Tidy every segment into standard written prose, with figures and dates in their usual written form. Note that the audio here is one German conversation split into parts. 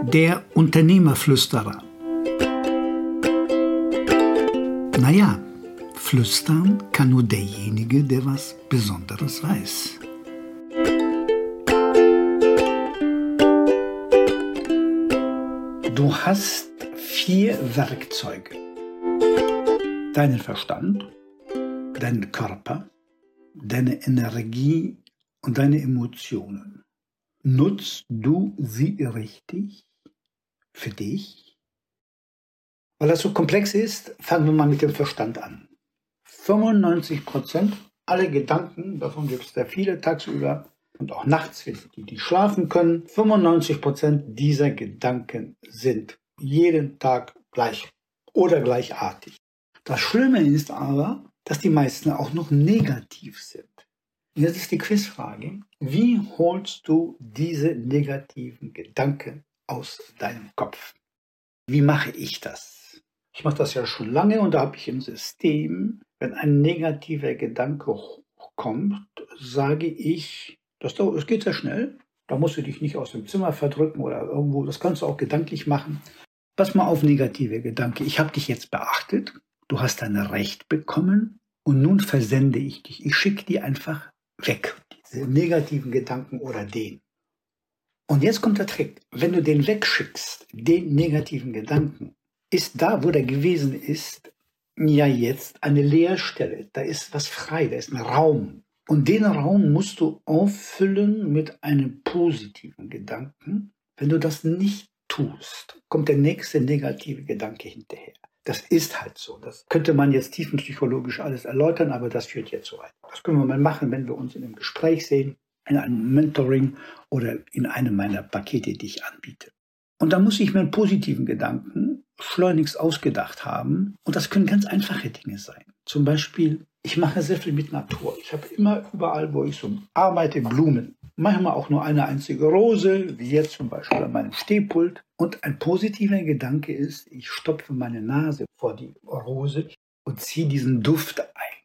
Der Unternehmerflüsterer. Naja, flüstern kann nur derjenige, der was Besonderes weiß. Du hast 4 Werkzeuge. Deinen Verstand, deinen Körper, deine Energie und deine Emotionen. Nutzt du sie richtig für dich? Weil das so komplex ist, fangen wir mal mit dem Verstand an. 95% aller Gedanken, davon gibt es sehr viele tagsüber und auch nachts, für die, die schlafen können, 95% dieser Gedanken sind jeden Tag gleich oder gleichartig. Das Schlimme ist aber, dass die meisten auch noch negativ sind. Jetzt ist die Quizfrage: Wie holst du diese negativen Gedanken aus deinem Kopf? Wie mache ich das? Ich mache das ja schon lange und da habe ich ein System. Wenn ein negativer Gedanke hochkommt, sage ich, das geht sehr schnell. Da musst du dich nicht aus dem Zimmer verdrücken oder irgendwo. Das kannst du auch gedanklich machen. Pass mal auf, negative Gedanke. Ich habe dich jetzt beachtet. Du hast dein Recht bekommen und nun versende ich dich. Ich schicke die einfach weg, diese negativen Gedanken oder den. Und jetzt kommt der Trick. Wenn du den wegschickst, den negativen Gedanken, ist da, wo der gewesen ist, ja jetzt eine Leerstelle. Da ist was frei, da ist ein Raum. Und den Raum musst du auffüllen mit einem positiven Gedanken. Wenn du das nicht tust, kommt der nächste negative Gedanke hinterher. Das ist halt so. Das könnte man jetzt tiefenpsychologisch alles erläutern, aber das führt jetzt so weit. Das können wir mal machen, wenn wir uns in einem Gespräch sehen, in einem Mentoring oder in einem meiner Pakete, die ich anbiete. Und da muss ich mir einen positiven Gedanken schleunigst ausgedacht haben. Und das können ganz einfache Dinge sein. Zum Beispiel, ich mache sehr viel mit Natur. Ich habe immer überall, wo ich so arbeite, Blumen. Manchmal auch nur eine einzige Rose, wie jetzt zum Beispiel an meinem Stehpult. Und ein positiver Gedanke ist, ich stopfe meine Nase vor die Rose und ziehe diesen Duft ein.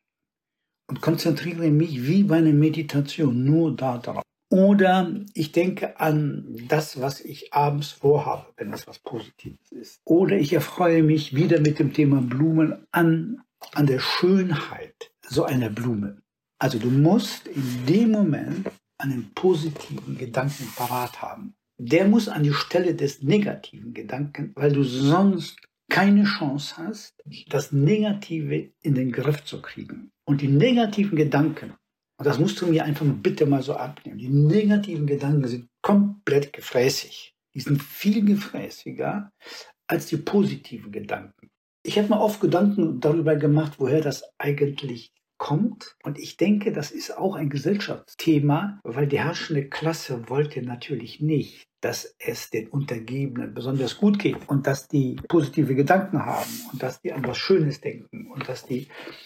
Und konzentriere mich wie bei einer Meditation nur darauf. Oder ich denke an das, was ich abends vorhabe, wenn es was Positives ist. Oder ich erfreue mich wieder mit dem Thema Blumen an der Schönheit so einer Blume. Also du musst in dem Moment einen positiven Gedanken parat haben. Der muss an die Stelle des negativen Gedanken, weil du sonst keine Chance hast, das Negative in den Griff zu kriegen. Und die negativen Gedanken, und das musst du mir einfach bitte mal so abnehmen, die negativen Gedanken sind komplett gefräßig. Die sind viel gefräßiger als die positiven Gedanken. Ich habe mir oft Gedanken darüber gemacht, woher das eigentlich kommt. Und ich denke, das ist auch ein Gesellschaftsthema, weil die herrschende Klasse wollte natürlich nicht, dass es den Untergebenen besonders gut geht und dass die positive Gedanken haben und dass die an was Schönes denken und dass sie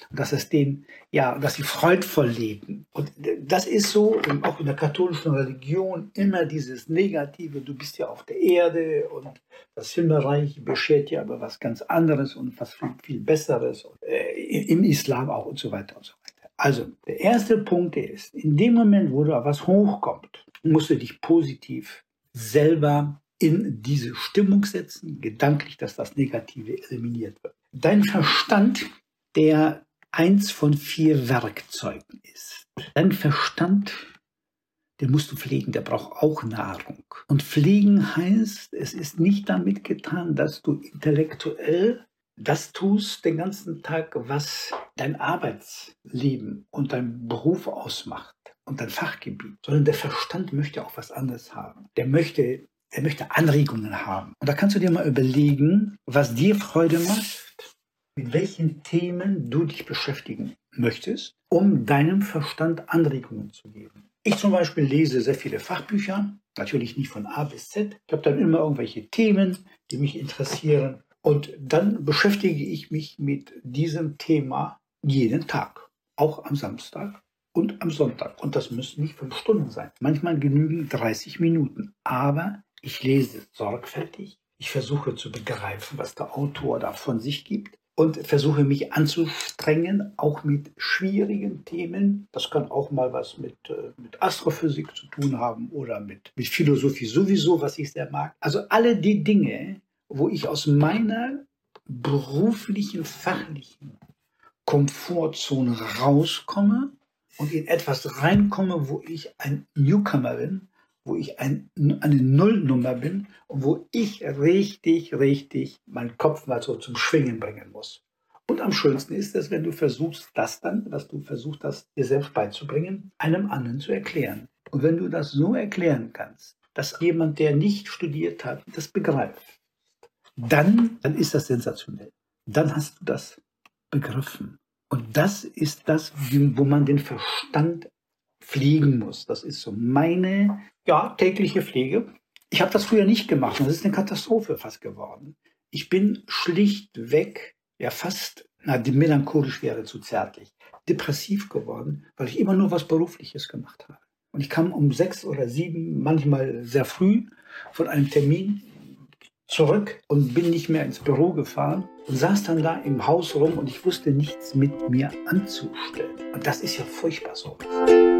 freudvoll leben. Und das ist so, auch in der katholischen Religion, immer dieses Negative, du bist ja auf der Erde und das Himmelreich beschert dir aber was ganz anderes und was viel, viel Besseres, im Islam auch und so weiter und so weiter. Also, der erste Punkt ist, in dem Moment, wo da was hochkommt, musst du dich positiv selber in diese Stimmung setzen, gedanklich, dass das Negative eliminiert wird. Dein Verstand, der eins von 4 Werkzeugen ist. Dein Verstand, den musst du pflegen, der braucht auch Nahrung. Und pflegen heißt, es ist nicht damit getan, dass du intellektuell das tust den ganzen Tag, was dein Arbeitsleben und dein Beruf ausmacht und dein Fachgebiet, sondern der Verstand möchte auch was anderes haben. Er möchte Anregungen haben. Und da kannst du dir mal überlegen, was dir Freude macht, mit welchen Themen du dich beschäftigen möchtest, um deinem Verstand Anregungen zu geben. Ich zum Beispiel lese sehr viele Fachbücher, natürlich nicht von A bis Z. Ich habe dann immer irgendwelche Themen, die mich interessieren. Und dann beschäftige ich mich mit diesem Thema jeden Tag, auch am Samstag und am Sonntag. Und das müssen nicht 5 Stunden sein. Manchmal genügen 30 Minuten. Aber ich lese sorgfältig. Ich versuche zu begreifen, was der Autor da von sich gibt. und versuche mich anzustrengen, auch mit schwierigen Themen. Das kann auch mal was mit Astrophysik zu tun haben oder mit Philosophie sowieso, was ich sehr mag. Also alle die Dinge, wo ich aus meiner beruflichen, fachlichen Komfortzone rauskomme und in etwas reinkomme, wo ich ein Newcomer bin, wo ich eine Nullnummer bin und wo ich richtig meinen Kopf mal so zum Schwingen bringen muss. Und am schönsten ist es, wenn du versuchst, das dann, was du versucht hast, dir selbst beizubringen, einem anderen zu erklären. Und wenn du das so erklären kannst, dass jemand, der nicht studiert hat, das begreift, dann ist das sensationell. Dann hast du das begriffen. Und das ist das, wo man den Verstand pflegen muss. Das ist so meine tägliche Pflege. Ich habe das früher nicht gemacht. Das ist eine Katastrophe fast geworden. Ich bin schlichtweg melancholisch wäre zu zärtlich, depressiv geworden, weil ich immer nur was Berufliches gemacht habe. Und ich kam um 6 oder 7, manchmal sehr früh, von einem Termin zurück und bin nicht mehr ins Büro gefahren und saß dann da im Haus rum und ich wusste nichts mit mir anzustellen. Und das ist ja furchtbar so.